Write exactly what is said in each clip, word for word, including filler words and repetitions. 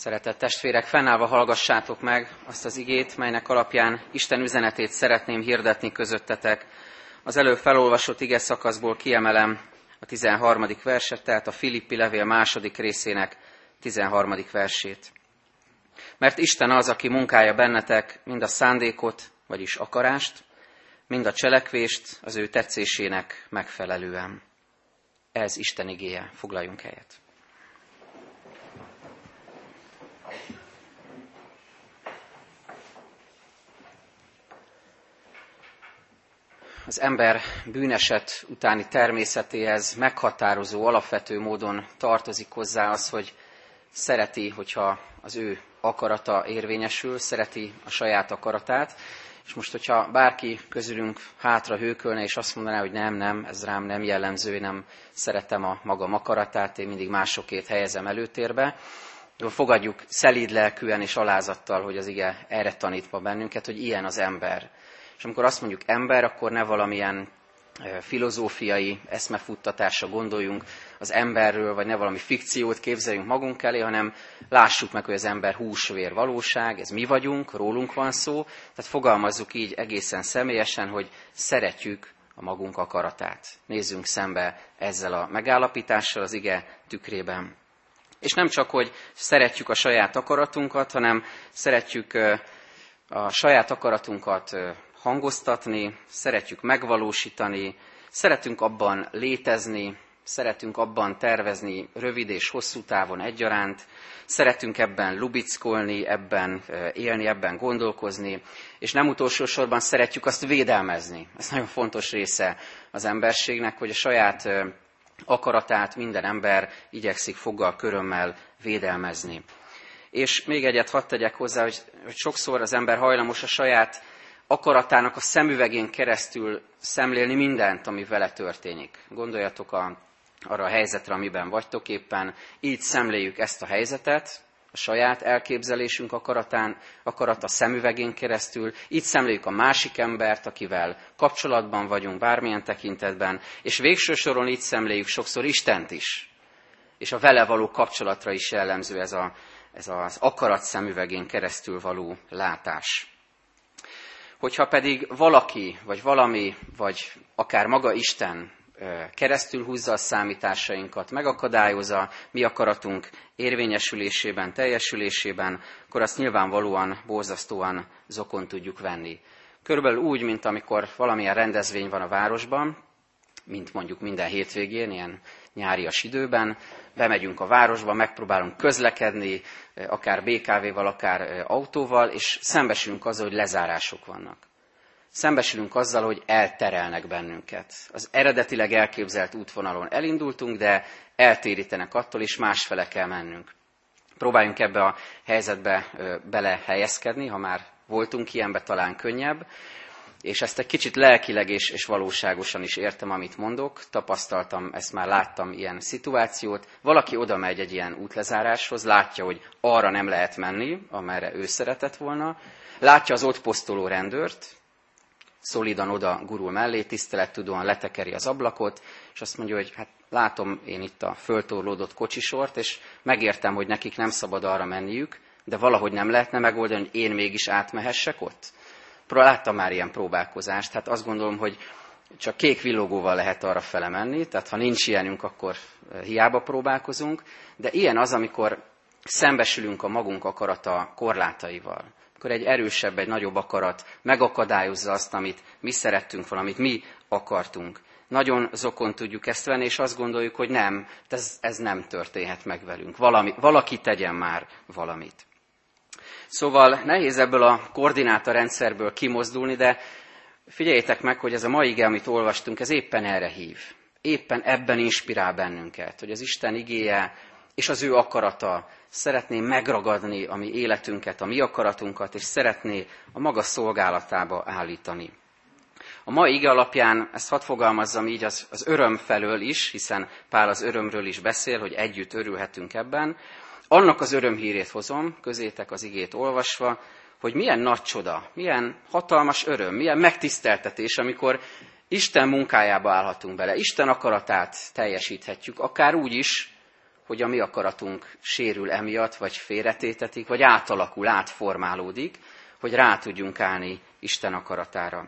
Szeretett testvérek, fennállva hallgassátok meg azt az igét, melynek alapján Isten üzenetét szeretném hirdetni közöttetek. Az előbb felolvasott ige szakaszból kiemelem a tizenharmadik verset, tehát a Filippi levél második részének tizenharmadik versét. Mert Isten az, aki munkálja bennetek mind a szándékot, vagyis akarást, mind a cselekvést az ő tetszésének megfelelően. Ez Isten igéje, foglaljunk helyet. Az ember bűneset utáni természetéhez meghatározó, alapvető módon tartozik hozzá az, hogy szereti, hogyha az ő akarata érvényesül, szereti a saját akaratát. És most, hogyha bárki közülünk hátra hőkölne, és azt mondaná, hogy nem, nem, ez rám nem jellemző, nem szeretem a magam akaratát, én mindig másokét helyezem előtérbe, fogadjuk szelíd lelkűen és alázattal, hogy az ige erre tanít ma bennünket, hogy ilyen az ember. És amikor azt mondjuk ember, akkor ne valamilyen filozófiai eszmefuttatásra gondoljunk az emberről, vagy ne valami fikciót képzeljünk magunk elé, hanem lássuk meg, hogy az ember húsvér valóság, ez mi vagyunk, rólunk van szó, tehát fogalmazzuk így egészen személyesen, hogy szeretjük a magunk akaratát. Nézzünk szembe ezzel a megállapítással az ige tükrében. És nem csak, hogy szeretjük a saját akaratunkat, hanem szeretjük a saját akaratunkat hangoztatni, szeretjük megvalósítani, szeretünk abban létezni, szeretünk abban tervezni rövid és hosszú távon egyaránt, szeretünk ebben lubickolni, ebben élni, ebben gondolkozni, és nem utolsó sorban szeretjük azt védelmezni. Ez nagyon fontos része az emberségnek, hogy a saját akaratát minden ember igyekszik foggal körömmel védelmezni. És még egyet hadd tegyek hozzá, hogy, hogy sokszor az ember hajlamos a saját akaratának a szemüvegén keresztül szemlélni mindent, ami vele történik. Gondoljatok a, arra a helyzetre, amiben vagytok éppen. Így szemléljük ezt a helyzetet, a saját elképzelésünk akaratán, akarata szemüvegén keresztül. Így szemléljük a másik embert, akivel kapcsolatban vagyunk bármilyen tekintetben, és végső soron így szemléljük sokszor Istent is. És a vele való kapcsolatra is jellemző ez, a, ez az akarat szemüvegén keresztül való látás. Hogyha pedig valaki, vagy valami, vagy akár maga Isten keresztül húzza a számításainkat, megakadályozza mi akaratunk érvényesülésében, teljesülésében, akkor azt nyilvánvalóan borzasztóan zokon tudjuk venni. Körülbelül úgy, mint amikor valamilyen rendezvény van a városban, mint mondjuk minden hétvégén, ilyen nyárias időben, bemegyünk a városba, megpróbálunk közlekedni, akár bé ká véval, akár autóval, és szembesülünk azzal, hogy lezárások vannak. Szembesülünk azzal, hogy elterelnek bennünket. Az eredetileg elképzelt útvonalon elindultunk, de eltérítenek attól, és másfele kell mennünk. Próbáljunk ebbe a helyzetbe belehelyezkedni, ha már voltunk ilyenbe, talán könnyebb. És ezt egy kicsit lelkileg és, és valóságosan is értem, amit mondok. Tapasztaltam, ezt már láttam ilyen szituációt. Valaki oda megy egy ilyen útlezáráshoz, látja, hogy arra nem lehet menni, amerre ő szeretett volna. Látja az ott posztoló rendőrt, szolidan oda gurul mellé, tisztelettudóan letekeri az ablakot, és azt mondja, hogy hát látom én itt a föltorlódott kocsisort, és megértem, hogy nekik nem szabad arra menniük, de valahogy nem lehetne megoldani, hogy én mégis átmehessek ott. Láttam már ilyen próbálkozást, hát azt gondolom, hogy csak kék villogóval lehet arra fele menni, tehát ha nincs ilyenünk, akkor hiába próbálkozunk, de ilyen az, amikor szembesülünk a magunk akarata korlátaival. Akkor egy erősebb, egy nagyobb akarat megakadályozza azt, amit mi szerettünk volna, amit mi akartunk. Nagyon zokon tudjuk ezt venni, és azt gondoljuk, hogy nem, ez, ez nem történhet meg velünk. Valami, valaki tegyen már valamit. Szóval nehéz ebből a koordinátorrendszerből kimozdulni, de figyeljétek meg, hogy ez a mai ige, amit olvastunk, ez éppen erre hív. Éppen ebben inspirál bennünket, hogy az Isten igéje és az ő akarata szeretné megragadni a mi életünket, a mi akaratunkat, és szeretné a maga szolgálatába állítani. A mai ige alapján ezt hadd fogalmazzam így az, az öröm felől is, hiszen Pál az örömről is beszél, hogy együtt örülhetünk ebben. Annak az örömhírét hozom, közétek az igét olvasva, hogy milyen nagy csoda, milyen hatalmas öröm, milyen megtiszteltetés, amikor Isten munkájába állhatunk bele, Isten akaratát teljesíthetjük, akár úgy is, hogy a mi akaratunk sérül emiatt, vagy félretétetik, vagy átalakul, átformálódik, hogy rá tudjunk állni Isten akaratára.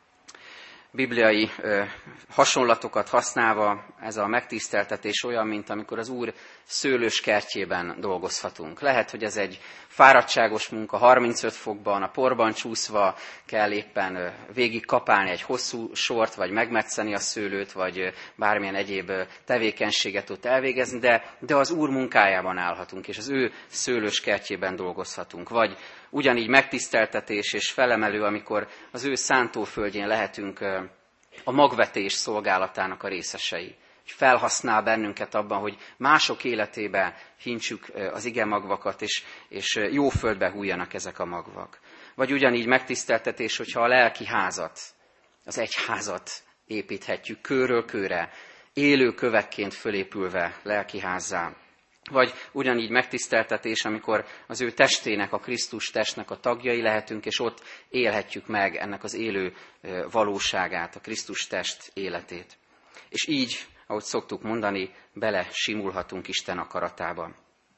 Bibliai ö, hasonlatokat használva ez a megtiszteltetés olyan, mint amikor az Úr szőlős kertjében dolgozhatunk. Lehet, hogy ez egy fáradtságos munka, harmincöt fokban, a porban csúszva kell éppen ö, végig kapálni egy hosszú sort, vagy megmetszeni a szőlőt, vagy ö, bármilyen egyéb ö, tevékenységet ott elvégezni, de, de az Úr munkájában állhatunk, és az ő szőlős kertjében dolgozhatunk. Vagy ugyanígy megtiszteltetés és felemelő, amikor az ő szántóföldjén lehetünk a magvetés szolgálatának a részesei. Felhasznál bennünket abban, hogy mások életébe hintsük az ige magvakat, és, és jó földbe hújjanak ezek a magvak. Vagy ugyanígy megtiszteltetés, hogyha a lelki házat, az egyházat építhetjük kőről kőre, élő kövekként fölépülve lelki házzá. Vagy ugyanígy megtiszteltetés, amikor az ő testének, a Krisztus testnek a tagjai lehetünk, és ott élhetjük meg ennek az élő valóságát, a Krisztus test életét. És így, ahogy szoktuk mondani, bele simulhatunk Isten akaratába.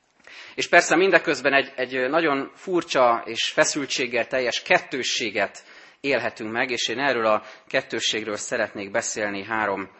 És persze mindeközben egy, egy nagyon furcsa és feszültséggel teljes kettősséget élhetünk meg, és én erről a kettősségről szeretnék beszélni három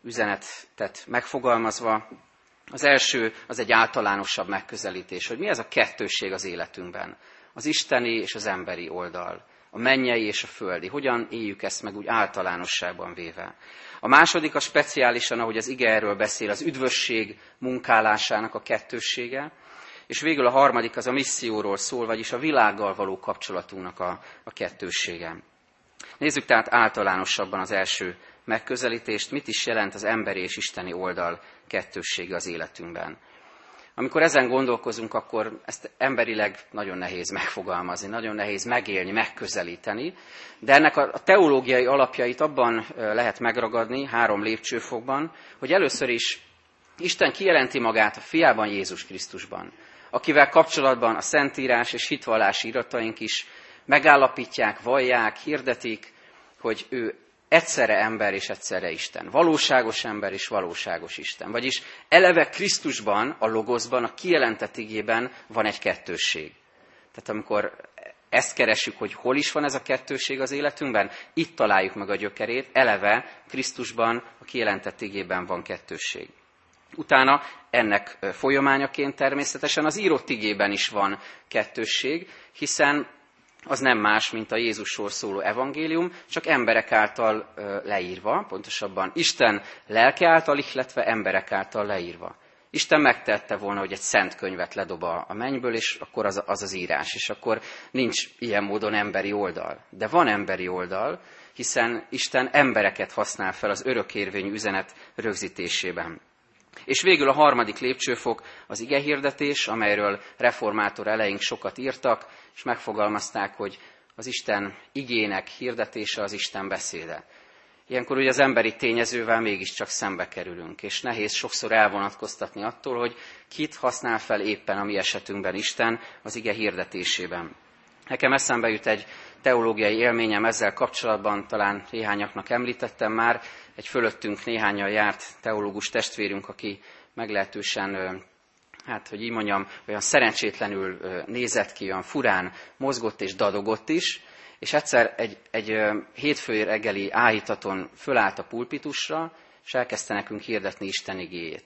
üzenetet megfogalmazva. Az első az egy általánosabb megközelítés, hogy mi ez a kettősség az életünkben. Az isteni és az emberi oldal, a mennyei és a földi. Hogyan éljük ezt meg úgy általánosságban véve. A második a speciálisan, ahogy az ige erről beszél, az üdvösség munkálásának a kettőssége. És végül a harmadik az a misszióról szól, vagyis a világgal való kapcsolatunknak a, a kettőssége. Nézzük tehát általánosabban az első megközelítést, mit is jelent az emberi és isteni oldal kettőssége az életünkben. Amikor ezen gondolkozunk, akkor ezt emberileg nagyon nehéz megfogalmazni, nagyon nehéz megélni, megközelíteni, de ennek a teológiai alapjait abban lehet megragadni, három lépcsőfokban, hogy először is Isten kijelenti magát a fiában, Jézus Krisztusban, akivel kapcsolatban a Szentírás és hitvallási irataink is megállapítják, vallják, hirdetik, hogy ő egyszerre ember és egyszerre Isten. Valóságos ember és valóságos Isten. Vagyis eleve Krisztusban, a Logoszban, a kijelentett igében van egy kettősség. Tehát amikor ezt keresjük, hogy hol is van ez a kettősség az életünkben, itt találjuk meg a gyökerét, eleve Krisztusban, a kijelentett igében van kettősség. Utána ennek folyamányaként természetesen az írott igében is van kettősség, hiszen az nem más, mint a Jézusról szóló evangélium, csak emberek által leírva, pontosabban Isten lelke által ihletve, emberek által leírva. Isten megtette volna, hogy egy szent könyvet ledob a mennyből, és akkor az, az az írás, és akkor nincs ilyen módon emberi oldal. De van emberi oldal, hiszen Isten embereket használ fel az örökérvényű üzenet rögzítésében. És végül a harmadik lépcsőfok az igehirdetés, amelyről reformátor eleink sokat írtak, és megfogalmazták, hogy az Isten igének hirdetése az Isten beszéde. Ilyenkor ugye az emberi tényezővel mégiscsak szembe kerülünk, és nehéz sokszor elvonatkoztatni attól, hogy kit használ fel éppen a mi esetünkben Isten az ige hirdetésében. Nekem eszembe jut egy teológiai élményem ezzel kapcsolatban, talán néhányaknak említettem már, egy fölöttünk néhányan járt teológus testvérünk, aki meglehetősen, hát hogy így mondjam, olyan szerencsétlenül nézett ki, olyan furán mozgott és dadogott is, és egyszer egy, egy hétfői reggeli áhítaton fölállt a pulpitusra, és elkezdte nekünk hirdetni Isten igéjét.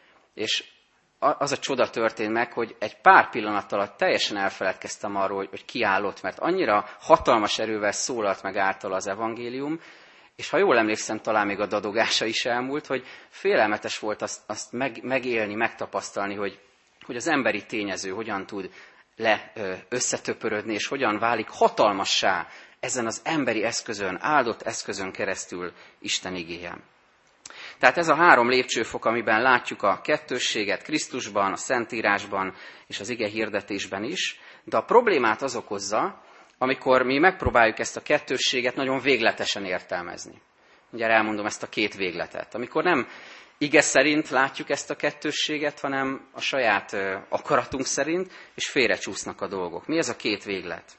És az a csoda történt meg, hogy egy pár pillanat alatt teljesen elfeledkeztem arról, hogy, hogy kiállott, mert annyira hatalmas erővel szólalt meg által az evangélium, és ha jól emlékszem, talán még a dadogása is elmúlt, hogy félelmetes volt azt, azt meg, megélni, megtapasztalni, hogy, hogy az emberi tényező hogyan tud le összetöpörödni, és hogyan válik hatalmassá ezen az emberi eszközön, áldott eszközön keresztül Isten igéje. Tehát ez a három lépcsőfok, amiben látjuk a kettősséget Krisztusban, a Szentírásban és az ige hirdetésben is, de a problémát az okozza, amikor mi megpróbáljuk ezt a kettősséget nagyon végletesen értelmezni. Ugye elmondom ezt a két végletet. Amikor nem ige szerint látjuk ezt a kettősséget, hanem a saját akaratunk szerint, és félrecsúsznak a dolgok. Mi ez a két véglet?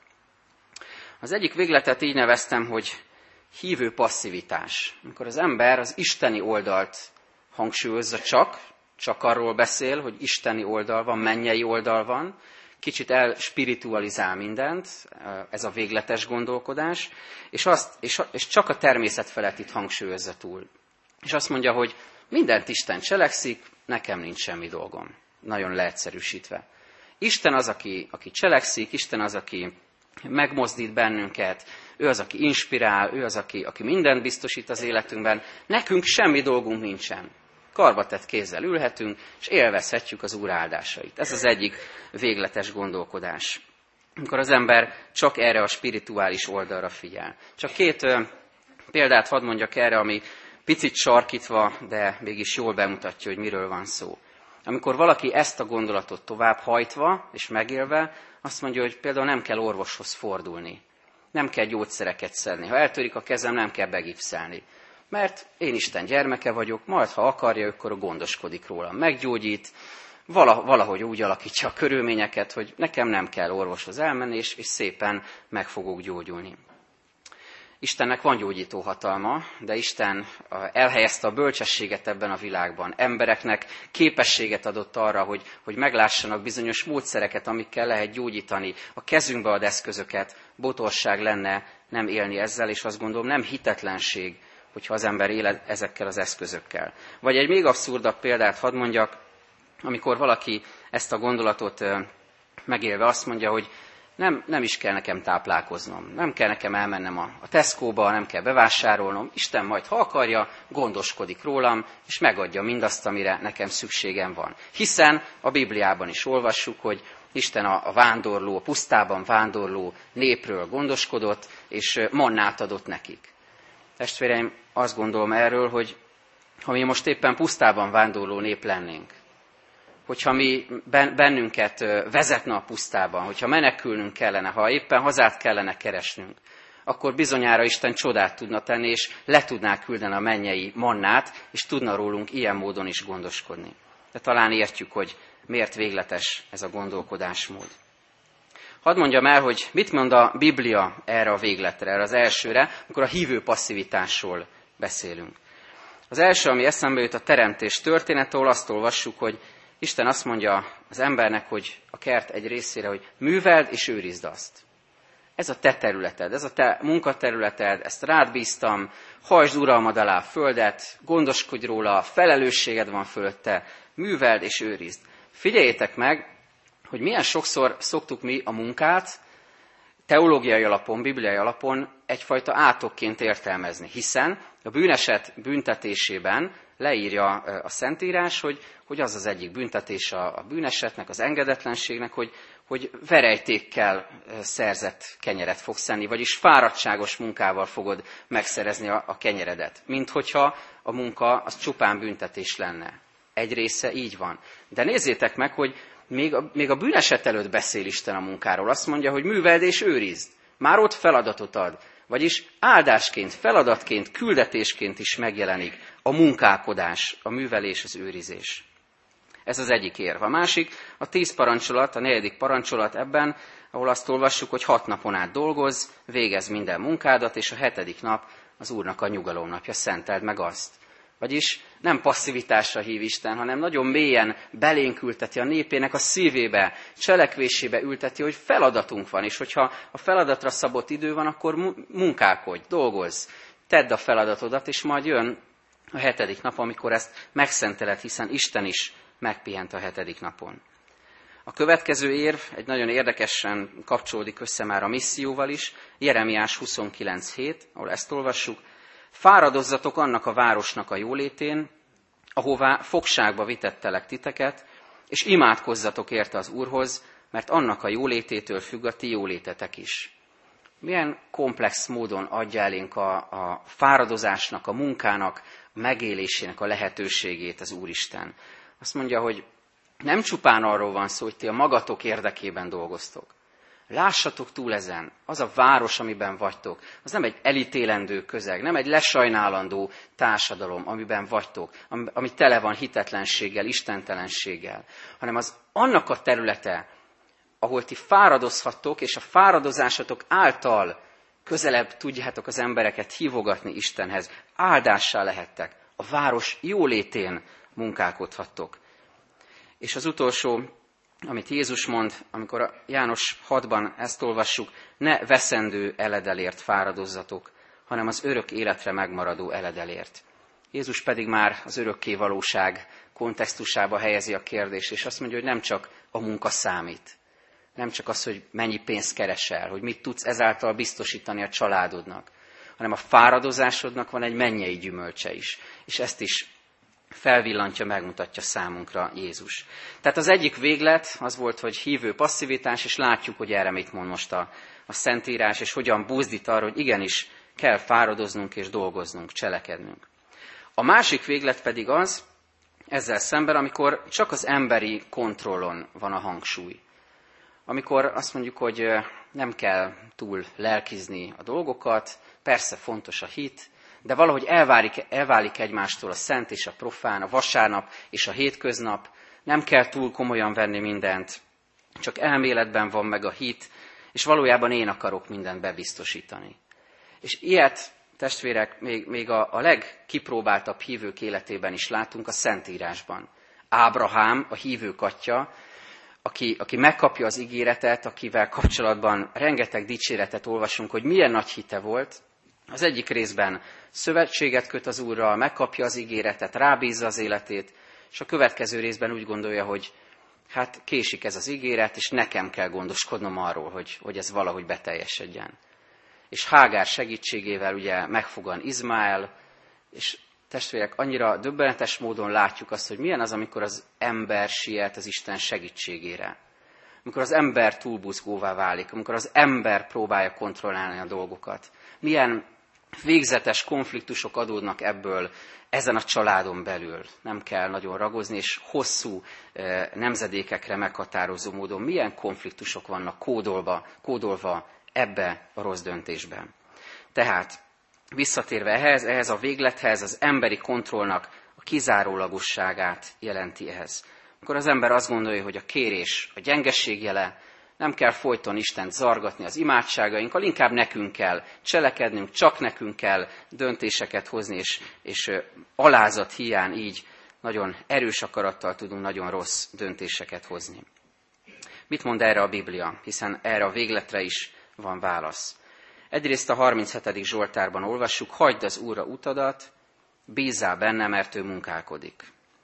Az egyik végletet így neveztem, hogy hívő passzivitás. Amikor az ember az isteni oldalt hangsúlyozza csak, csak arról beszél, hogy isteni oldal van, mennyei oldal van, kicsit elspiritualizál mindent, ez a végletes gondolkodás, és, azt, és, és csak a természet felett itt hangsúlyozza túl. És azt mondja, hogy mindent Isten cselekszik, nekem nincs semmi dolgom. Nagyon leegyszerűsítve. Isten az, aki, aki cselekszik, Isten az, aki megmozdít bennünket, ő az, aki inspirál, ő az, aki, aki mindent biztosít az életünkben. Nekünk semmi dolgunk nincsen. Karbatett kézzel ülhetünk, és élvezhetjük az Úr áldásait. Ez az egyik végletes gondolkodás. Amikor az ember csak erre a spirituális oldalra figyel. Csak két ö, példát hadd mondjak erre, ami picit sarkítva, de mégis jól bemutatja, hogy miről van szó. Amikor valaki ezt a gondolatot tovább hajtva és megélve, azt mondja, hogy például nem kell orvoshoz fordulni. Nem kell gyógyszereket szedni. Ha eltörik a kezem, nem kell begipszelni. Mert én Isten gyermeke vagyok, majd ha akarja, akkor gondoskodik rólam. Meggyógyít, valahogy úgy alakítja a körülményeket, hogy nekem nem kell orvoshoz elmenni, és, és szépen meg fogok gyógyulni. Istennek van gyógyító hatalma, de Isten elhelyezte a bölcsességet ebben a világban. Embereknek képességet adott arra, hogy, hogy meglássanak bizonyos módszereket, amikkel lehet gyógyítani. A kezünkbe ad eszközöket, botorság lenne nem élni ezzel, és azt gondolom nem hitetlenség, hogyha az ember él ezekkel az eszközökkel. Vagy egy még abszurdabb példát hadd mondjak, amikor valaki ezt a gondolatot megélve azt mondja, hogy nem, nem is kell nekem táplálkoznom, nem kell nekem elmennem a, a Tesco-ba, nem kell bevásárolnom, Isten majd, ha akarja, gondoskodik rólam, és megadja mindazt, amire nekem szükségem van. Hiszen a Bibliában is olvassuk, hogy Isten a, a vándorló, a pusztában vándorló népről gondoskodott, és mannát adott nekik. Testvéreim, azt gondolom erről, hogy ha mi most éppen pusztában vándorló nép lennénk, hogyha mi bennünket vezetne a pusztában, hogyha menekülnünk kellene, ha éppen hazát kellene keresnünk, akkor bizonyára Isten csodát tudna tenni, és le tudná küldeni a mennyei mannát, és tudna rólunk ilyen módon is gondoskodni. De talán értjük, hogy miért végletes ez a gondolkodásmód. Hadd mondjam el, hogy mit mond a Biblia erre a végletre, erre az elsőre, amikor a hívő passzivitásról beszélünk. Az első, ami eszembe jut, a teremtés történet, ahol azt olvassuk, hogy Isten azt mondja az embernek, hogy a kert egy részére, hogy műveld és őrizd azt. Ez a te területed, ez a te munkaterületed, ezt rád bíztam, hajtsd uralmad alá a földet, gondoskodj róla, felelősséged van fölötte, műveld és őrizd. Figyeljétek meg, hogy milyen sokszor szoktuk mi a munkát teológiai alapon, bibliai alapon egyfajta átokként értelmezni, hiszen a bűneset büntetésében leírja a Szentírás, hogy, hogy az az egyik büntetés a, a bűnesetnek, az engedetlenségnek, hogy, hogy verejtékkel szerzett kenyeret fogsz enni, vagyis fáradtságos munkával fogod megszerezni a, a kenyeredet. Mint hogyha a munka az csupán büntetés lenne. Egy része így van. De nézzétek meg, hogy még a, még a bűneset előtt beszél Isten a munkáról. Azt mondja, hogy műveld és őrizd. Már ott feladatot ad. Vagyis áldásként, feladatként, küldetésként is megjelenik a munkálkodás, a művelés, az őrizés. Ez az egyik érv. A másik, a tíz parancsolat, a negyedik parancsolat ebben, ahol azt olvassuk, hogy hat napon át dolgozz, végezz minden munkádat, és a hetedik nap az Úrnak a nyugalomnapja, szenteld meg azt. Vagyis nem passzivitásra hív Isten, hanem nagyon mélyen belénk ülteti a népének a szívébe, cselekvésébe ülteti, hogy feladatunk van, és hogyha a feladatra szabott idő van, akkor munkálkodj, dolgozz, tedd a feladatodat, és majd jön a hetedik nap, amikor ezt megszenteled, hiszen Isten is megpihent a hetedik napon. A következő érv egy nagyon érdekesen kapcsolódik össze már a misszióval is, Jeremiás huszonkilenc hét, ahol ezt olvassuk, fáradozzatok annak a városnak a jólétén, ahová fogságba vitettelek titeket, és imádkozzatok érte az Úrhoz, mert annak a jólététől függ a ti jólétetek is. Milyen komplex módon adja elénk a, a fáradozásnak, a munkának, a megélésének a lehetőségét az Úristen. Azt mondja, hogy nem csupán arról van szó, hogy ti a magatok érdekében dolgoztok. Lássatok túl ezen, az a város, amiben vagytok, az nem egy elítélendő közeg, nem egy lesajnálandó társadalom, amiben vagytok, ami tele van hitetlenséggel, istentelenséggel, hanem az annak a területe, ahol ti fáradozhattok, és a fáradozásatok által közelebb tudjátok az embereket hívogatni Istenhez, áldássá lehettek, a város jólétén munkálkodhattok. És az utolsó, amit Jézus mond, amikor a János hatban ezt olvassuk, ne veszendő eledelért fáradozzatok, hanem az örök életre megmaradó eledelért. Jézus pedig már az örökké valóság kontextusába helyezi a kérdést, és azt mondja, hogy nem csak a munka számít. Nem csak az, hogy mennyi pénzt keresel, hogy mit tudsz ezáltal biztosítani a családodnak, hanem a fáradozásodnak van egy mennyei gyümölcse is. És ezt is felvillantja, megmutatja számunkra Jézus. Tehát az egyik véglet az volt, hogy hívő passzivitás, és látjuk, hogy erre mit mond most a, a Szentírás, és hogyan buzdít arra, hogy igenis kell fáradoznunk és dolgoznunk, cselekednünk. A másik véglet pedig az, ezzel szemben, amikor csak az emberi kontrollon van a hangsúly. Amikor azt mondjuk, hogy nem kell túl lelkizni a dolgokat, persze fontos a hit, de valahogy elválik, elválik egymástól a szent és a profán, a vasárnap és a hétköznap, nem kell túl komolyan venni mindent, csak elméletben van meg a hit, és valójában én akarok mindent bebiztosítani. És ilyet, testvérek, még, még a, a legkipróbáltabb hívők életében is látunk a Szentírásban. Ábrahám, a hívők atya, aki, aki megkapja az ígéretet, akivel kapcsolatban rengeteg dicséretet olvasunk, hogy milyen nagy hite volt. Az egyik részben szövetséget köt az Úrral, megkapja az ígéretet, rábízza az életét, és a következő részben úgy gondolja, hogy hát késik ez az ígéret, és nekem kell gondoskodnom arról, hogy, hogy ez valahogy beteljesedjen. És Hágár segítségével ugye megfogan Izmael, és testvérek, annyira döbbenetes módon látjuk azt, hogy milyen az, amikor az ember siet az Isten segítségére. Amikor az ember túlbuzgóvá válik, amikor az ember próbálja kontrollálni a dolgokat. Milyen végzetes konfliktusok adódnak ebből ezen a családon belül. Nem kell nagyon ragozni, és hosszú nemzedékekre meghatározó módon milyen konfliktusok vannak kódolva, kódolva ebbe a rossz döntésben. Tehát visszatérve ehhez, ehhez a véglethez, az emberi kontrollnak a kizárólagosságát jelenti ehhez. Akkor az ember azt gondolja, hogy a kérés a gyengeség jele, nem kell folyton Istent zargatni az imádságainkkal, inkább nekünk kell cselekednünk, csak nekünk kell döntéseket hozni, és, és alázat hiány így nagyon erős akarattal tudunk nagyon rossz döntéseket hozni. Mit mond erre a Biblia? Hiszen erre a végletre is van válasz. Egyrészt a harminchetedik Zsoltárban olvassuk, hagyd az Úrra utadat, bízzál benne, mert ő munkálkodik.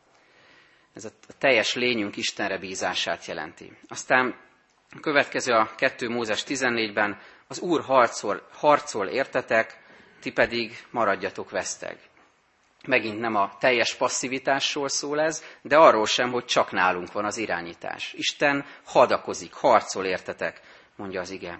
Ez a teljes lényünk Istenre bízását jelenti. Aztán a következő a kettő Mózes tizennégyben, az Úr harcol, harcol értetek, ti pedig maradjatok veszteg. Megint nem a teljes passzivitásról szól ez, de arról sem, hogy csak nálunk van az irányítás. Isten hadakozik, harcol értetek, mondja az ige.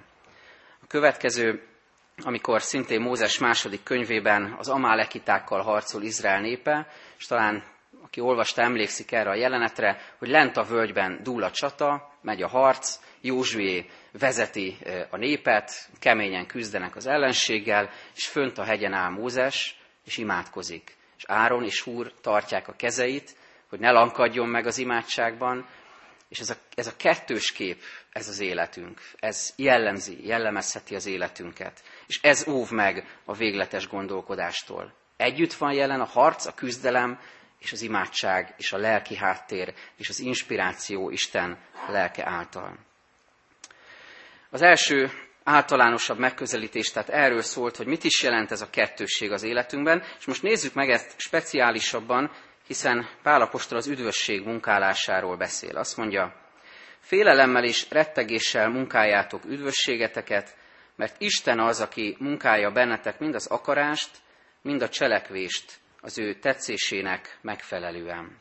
A következő, amikor szintén Mózes második könyvében az amálekitákkal harcol Izrael népe, és talán aki olvasta, emlékszik erre a jelenetre, hogy lent a völgyben dúl a csata, megy a harc, Józsué vezeti a népet, keményen küzdenek az ellenséggel, és fönt a hegyen áll Mózes, és imádkozik. És Áron és Húr tartják a kezeit, hogy ne lankadjon meg az imádságban, és ez a, ez a kettős kép, ez az életünk. Ez jellemzi, jellemezheti az életünket. És ez óv meg a végletes gondolkodástól. Együtt van jelen a harc, a küzdelem, és az imádság, és a lelki háttér, és az inspiráció Isten lelke által. Az első általánosabb megközelítés, tehát erről szólt, hogy mit is jelent ez a kettősség az életünkben, és most nézzük meg ezt speciálisabban, hiszen Pál apostol az üdvösség munkálásáról beszél. Azt mondja, félelemmel és rettegéssel munkáljátok üdvösségeteket, mert Isten az, aki munkálja bennetek mind az akarást, mind a cselekvést az ő tetszésének megfelelően.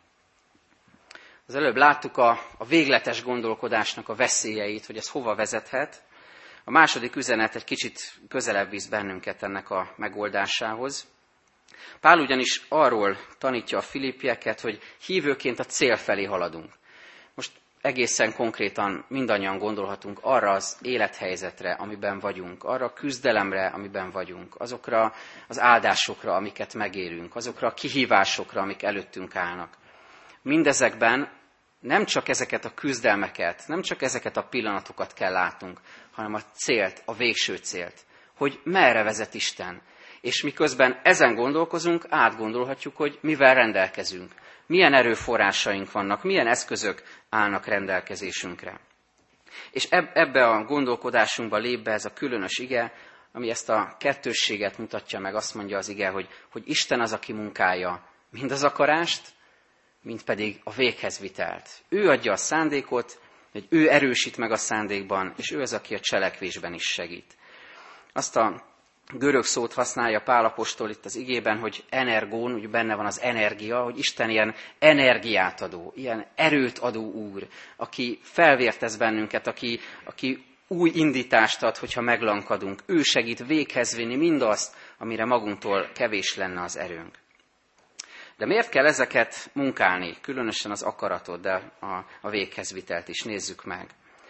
Az előbb láttuk a, a végletes gondolkodásnak a veszélyeit, hogy ez hova vezethet. A második üzenet egy kicsit közelebb visz bennünket ennek a megoldásához. Pál ugyanis arról tanítja a filippieket, hogy hívőként a cél felé haladunk. Most egészen konkrétan mindannyian gondolhatunk arra az élethelyzetre, amiben vagyunk, arra a küzdelemre, amiben vagyunk, azokra az áldásokra, amiket megélünk, azokra a kihívásokra, amik előttünk állnak. Mindezekben nem csak ezeket a küzdelmeket, nem csak ezeket a pillanatokat kell látnunk, hanem a célt, a végső célt, hogy merre vezet Isten. És miközben ezen gondolkozunk, átgondolhatjuk, hogy mivel rendelkezünk. Milyen erőforrásaink vannak, milyen eszközök állnak rendelkezésünkre. És ebbe a gondolkodásunkba lép be ez a különös ige, ami ezt a kettősséget mutatja meg, azt mondja az ige, hogy, hogy Isten az, aki munkálja mind az akarást, mind pedig a véghezvitelt. Ő adja a szándékot, hogy ő erősít meg a szándékban, és ő az, aki a cselekvésben is segít. Azt a görög szót használja Pál apostol itt az igében, hogy energón, úgy benne van az energia, hogy Isten ilyen energiát adó, ilyen erőt adó Úr, aki felvértez bennünket, aki, aki új indítást ad, hogyha meglankadunk. Ő segít véghez vinni mindazt, amire magunktól kevés lenne az erőnk. De miért kell ezeket munkálni, különösen az akaratot, de a, a véghezvitelt is nézzük meg.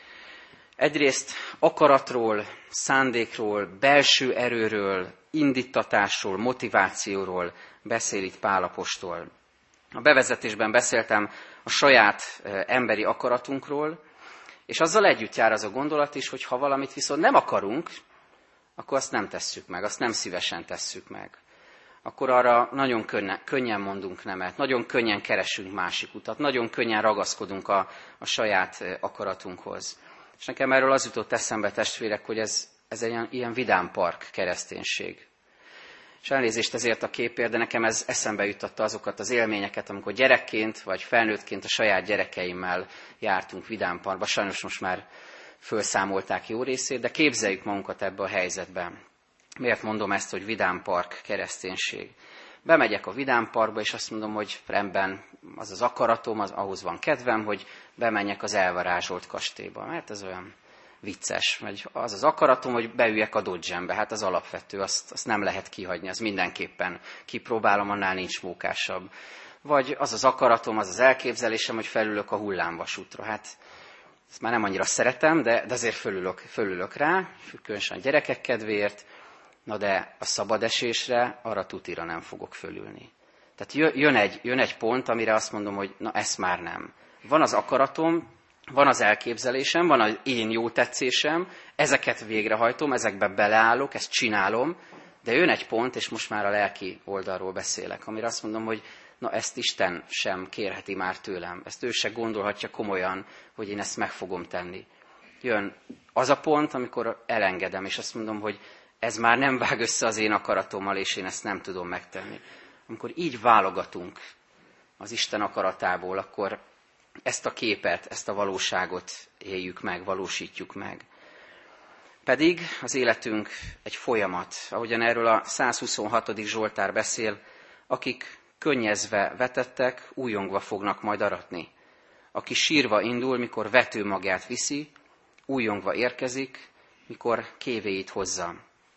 Egyrészt akaratról, szándékról, belső erőről, indítatásról, motivációról beszél itt Pál apostol. A bevezetésben beszéltem a saját emberi akaratunkról, és azzal együtt jár az a gondolat is, hogy ha valamit viszont nem akarunk, akkor azt nem tesszük meg, azt nem szívesen tesszük meg. Akkor arra nagyon könnyen, könnyen mondunk nemet, nagyon könnyen keresünk másik utat, nagyon könnyen ragaszkodunk a, a saját akaratunkhoz. És nekem erről az jutott eszembe, testvérek, hogy ez, ez egy ilyen, ilyen vidám park kereszténység. És elnézést ezért a képért, de nekem ez eszembe juttatta azokat az élményeket, amikor gyerekként vagy felnőttként a saját gyerekeimmel jártunk vidám parkba. Sajnos most már felszámolták jó részét, de képzeljük magunkat ebbe a helyzetben. Miért mondom ezt, hogy vidám park kereszténység? Bemegyek a vidám parkba, és azt mondom, hogy rendben, az az akaratom, az, ahhoz van kedvem, hogy bemenjek az elvarázsolt kastélyba. Mert ez olyan vicces. Vagy az az akaratom, hogy beüljek a Dodge-be. Hát az alapvető, azt, azt nem lehet kihagyni, az mindenképpen kipróbálom, annál nincs mókásabb. Vagy az az akaratom, az az elképzelésem, hogy felülök a hullámvasútra. Hát ezt már nem annyira szeretem, de, de azért fölülök, fölülök rá, különösen a gyerekek kedvéért. Na de a szabad esésre, arra tutira nem fogok fölülni. Tehát jön egy, jön egy pont, amire azt mondom, hogy na ezt már nem. Van az akaratom, van az elképzelésem, van az én jó tetszésem, ezeket végrehajtom, ezekbe beleállok, ezt csinálom, de jön egy pont, és most már a lelki oldalról beszélek, amire azt mondom, hogy na ezt Isten sem kérheti már tőlem. Ezt ő se gondolhatja komolyan, hogy én ezt meg fogom tenni. Jön az a pont, amikor elengedem, és azt mondom, hogy ez már nem vág össze az én akaratommal, és én ezt nem tudom megtenni. Amikor így válogatunk az Isten akaratából, akkor ezt a képet, ezt a valóságot éljük meg, valósítjuk meg. Pedig az életünk egy folyamat. Ahogyan erről a százhuszonhatodik Zsoltár beszél, akik könnyezve vetettek, újongva fognak majd aratni. Aki sírva indul, mikor vetőmagját viszi, újongva érkezik, mikor kévéit hozza.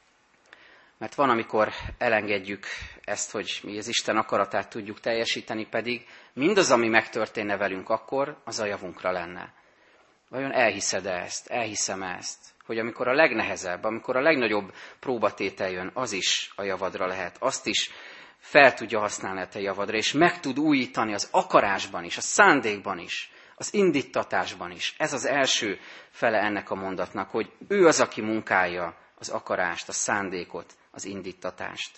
Mert van, amikor elengedjük ezt, hogy mi az Isten akaratát tudjuk teljesíteni, pedig mindaz, ami megtörténne velünk akkor, az a javunkra lenne. Vajon elhiszed-e ezt? Elhiszem ezt? Hogy amikor a legnehezebb, amikor a legnagyobb próbatétel jön, az is a javadra lehet. Azt is fel tudja használni a te javadra, és meg tud újítani az akarásban is, a szándékban is, az indítatásban is. Ez az első fele ennek a mondatnak, hogy ő az, aki munkálja az akarást, a szándékot, az indítatást.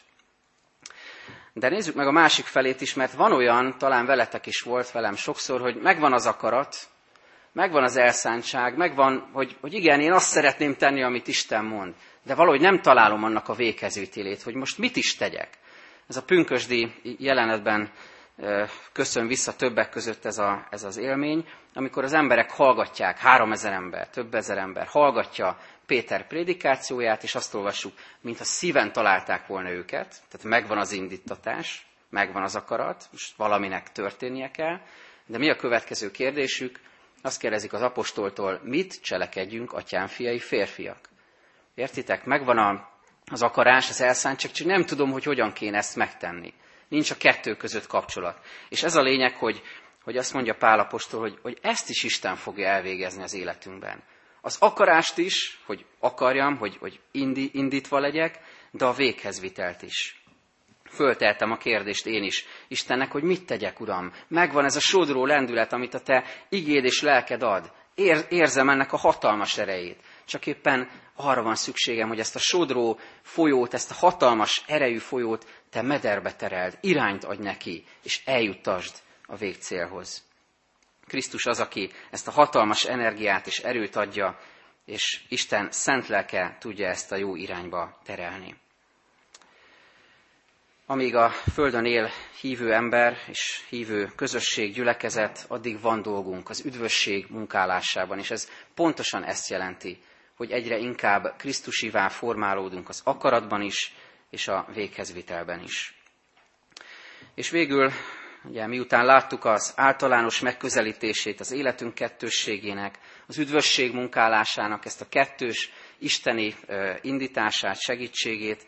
De nézzük meg a másik felét is, mert van olyan, talán veletek is volt, velem sokszor, hogy megvan az akarat, megvan az elszántság, megvan, hogy, hogy igen, én azt szeretném tenni, amit Isten mond, de valahogy nem találom annak a végkezőtélét, hogy most mit is tegyek. Ez a pünkösdi jelenetben köszön vissza többek között ez, a, ez az élmény, amikor az emberek hallgatják, háromezer ember, több ezer ember hallgatja Péter prédikációját, és azt olvassuk, mintha szíven találták volna őket, tehát megvan az indítatás, megvan az akarat, most valaminek történnie kell, de mi a következő kérdésük? Azt kérdezik az apostoltól, mit cselekedjünk, atyám fiai, férfiak? Értitek? Megvan a, az akarás, az elszántság, csak nem tudom, hogy hogyan kéne ezt megtenni. Nincs a kettő között kapcsolat. És ez a lényeg, hogy, hogy azt mondja Pál apostol, hogy, hogy ezt is Isten fogja elvégezni az életünkben. Az akarást is, hogy akarjam, hogy, hogy indi, indítva legyek, de a véghezvitelt is. Fölteltem a kérdést én is Istennek, hogy mit tegyek, Uram. Megvan ez a sodró lendület, amit a te igéd és lelked ad. Ér, érzem ennek a hatalmas erejét. csak éppen arra van szükségem, hogy ezt a sodró folyót, ezt a hatalmas erejű folyót te mederbe tereld, irányt adj neki, és eljuttasd a végcélhoz. Krisztus az, aki ezt a hatalmas energiát és erőt adja, és Isten szent lelke tudja ezt a jó irányba terelni. Amíg a földön él hívő ember és hívő közösség, gyülekezet, addig van dolgunk az üdvösség munkálásában, és ez pontosan ezt jelenti, hogy egyre inkább krisztusivá formálódunk az akaratban is, és a véghezvitelben is. És végül, ugye, miután láttuk az általános megközelítését az életünk kettősségének, az üdvösség munkálásának, ezt a kettős isteni indítását, segítségét,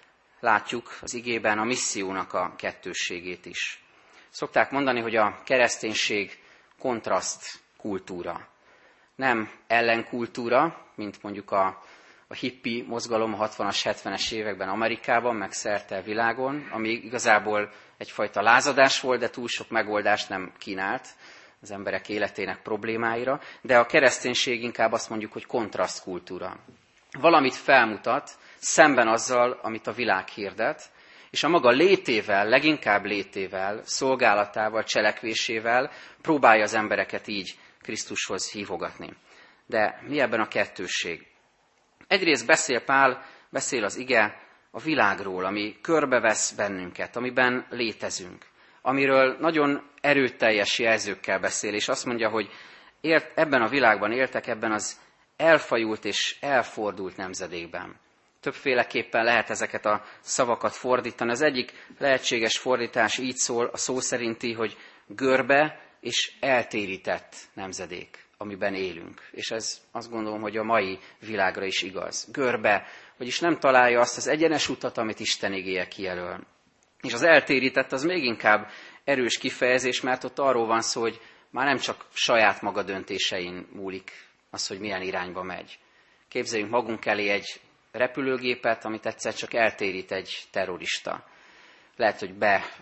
látjuk az igében a missziónak a kettősségét is. Szokták mondani, hogy a kereszténység kontraszt kultúra. Nem ellenkultúra, mint mondjuk a, a hippi mozgalom a hatvanas, hetvenes években Amerikában, meg szerte világon, ami igazából egyfajta lázadás volt, de túl sok megoldást nem kínált az emberek életének problémáira, de a kereszténység inkább azt mondjuk, hogy kontraszt kultúra. Valamit felmutat, szemben azzal, amit a világ hirdet, és a maga létével, leginkább létével, szolgálatával, cselekvésével próbálja az embereket így Krisztushoz hívogatni. De mi ebben a kettősség? Egyrészt beszél Pál, beszél az ige a világról, ami körbevesz bennünket, amiben létezünk, amiről nagyon erőteljes jelzőkkel beszél, és azt mondja, hogy ért, ebben a világban éltek, ebben az elfajult és elfordult nemzedékben. Többféleképpen lehet ezeket a szavakat fordítani. Az egyik lehetséges fordítás így szól, a szó szerinti, hogy görbe és eltérített nemzedék, amiben élünk. És ez azt gondolom, hogy a mai világra is igaz. Görbe, vagyis nem találja azt az egyenes utat, amit Isten igéje kijelöl. És az eltérített az még inkább erős kifejezés, mert ott arról van szó, hogy már nem csak saját maga döntésein múlik az, hogy milyen irányba megy. Képzeljünk magunk elé egy repülőgépet, amit egyszer csak eltérít egy terrorista. Lehet, hogy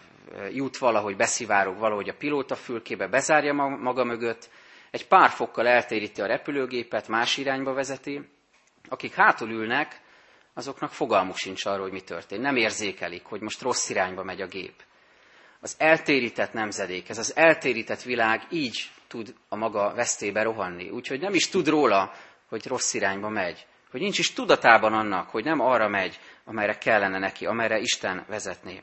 bejut valahogy, beszivárog valahogy a pilótafülkébe, bezárja maga mögött, egy pár fokkal eltéríti a repülőgépet, más irányba vezeti. Akik hátul ülnek, azoknak fogalmuk sincs arról, hogy mi történt. Nem érzékelik, hogy most rossz irányba megy a gép. Az eltérített nemzedék, ez az eltérített világ így tud a maga vesztébe rohanni. Úgyhogy nem is tud róla, hogy rossz irányba megy. Hogy nincs is tudatában annak, hogy nem arra megy, amelyre kellene neki, amelyre Isten vezetné.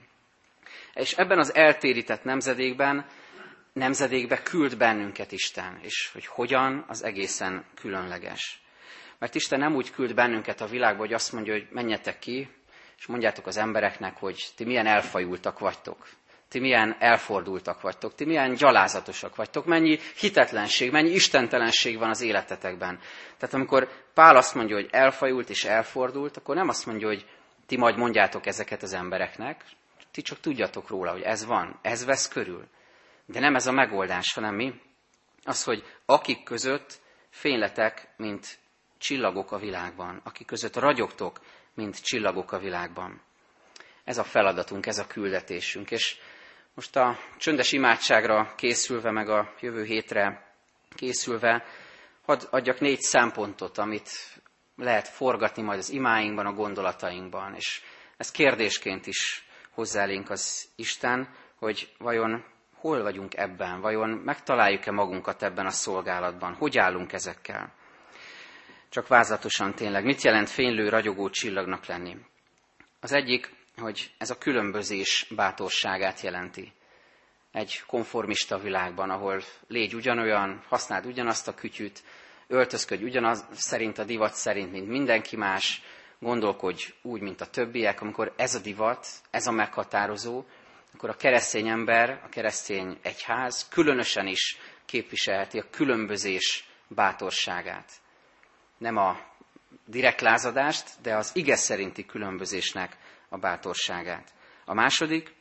És ebben az eltérített nemzedékben, nemzedékbe küld bennünket Isten, és hogy hogyan, az egészen különleges. Mert Isten nem úgy küld bennünket a világba, hogy azt mondja, hogy menjetek ki, és mondjátok az embereknek, hogy ti milyen elfajultak vagytok. Ti milyen elfordultak vagytok, ti milyen gyalázatosak vagytok, mennyi hitetlenség, mennyi istentelenség van az életetekben. Tehát amikor Pál azt mondja, hogy elfajult és elfordult, akkor nem azt mondja, hogy ti majd mondjátok ezeket az embereknek, ti csak tudjatok róla, hogy ez van, ez vesz körül. De nem ez a megoldás, hanem mi? Az, hogy akik között fényletek, mint csillagok a világban, akik között ragyogtok, mint csillagok a világban. Ez a feladatunk, ez a küldetésünk. És most a csöndes imádságra készülve, meg a jövő hétre készülve, hadd adjak négy szempontot, amit lehet forgatni majd az imáinkban, a gondolatainkban. És ez kérdésként is hozzálénk az Isten, hogy vajon hol vagyunk ebben, vajon megtaláljuk-e magunkat ebben a szolgálatban, hogy állunk ezekkel. Csak vázlatosan tényleg, mit jelent fénylő, ragyogó csillagnak lenni? Az egyik, hogy ez a különbözés bátorságát jelenti. Egy konformista világban, ahol légy ugyanolyan, használd ugyanazt a kütyüt, öltözködj ugyanaz szerint a divat szerint, mint mindenki más, gondolkodj úgy, mint a többiek. Amikor ez a divat, ez a meghatározó, akkor a keresztény ember, a keresztény egyház különösen is képviselheti a különbözés bátorságát. Nem a direkt lázadást, de az ige szerinti különbözésnek a bátorságát. A második,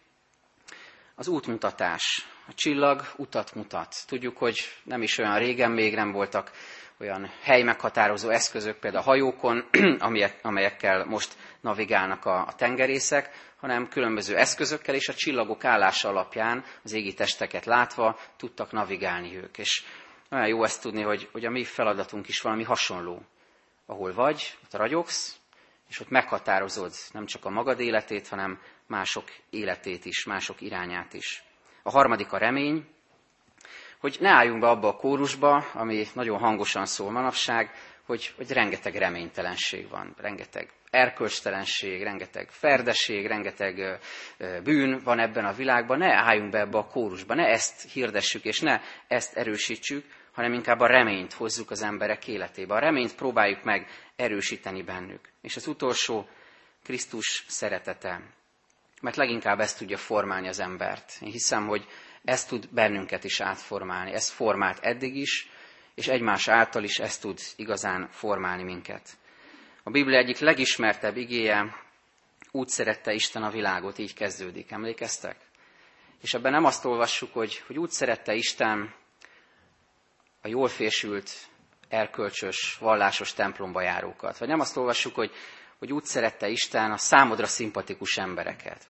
az útmutatás. A csillag utat mutat. Tudjuk, hogy nem is olyan régen még nem voltak olyan helymeghatározó eszközök, például a hajókon, amelyekkel most navigálnak a, a tengerészek, hanem különböző eszközökkel és a csillagok állása alapján az égi testeket látva tudtak navigálni ők. És olyan jó ezt tudni, hogy, hogy a mi feladatunk is valami hasonló. ahol vagy, ott ragyogsz, és ott meghatározod nem csak a magad életét, hanem mások életét is, mások irányát is. A harmadik a remény, hogy ne álljunk be abba a kórusba, ami nagyon hangosan szól manapság, hogy, hogy rengeteg reménytelenség van, rengeteg erkölcstelenség, rengeteg ferdeség, rengeteg bűn van ebben a világban. Ne álljunk be ebbe a kórusba, ne ezt hirdessük, és ne ezt erősítsük, hanem inkább a reményt hozzuk az emberek életébe. A reményt próbáljuk meg erősíteni bennük. És az utolsó, Krisztus szeretete. Mert leginkább ezt tudja formálni az embert. Én hiszem, hogy ez tud bennünket is átformálni. Ez formált eddig is, és egymás által is ez tud igazán formálni minket. A Biblia egyik legismertebb igéje, úgy szerette Isten a világot, így kezdődik. Emlékeztek? És ebben nem azt olvassuk, hogy, hogy úgy szerette Isten a jól fésült, erkölcsös, vallásos templomba járókat. Vagy nem azt olvassuk, hogy, hogy úgy szerette Isten a számodra szimpatikus embereket.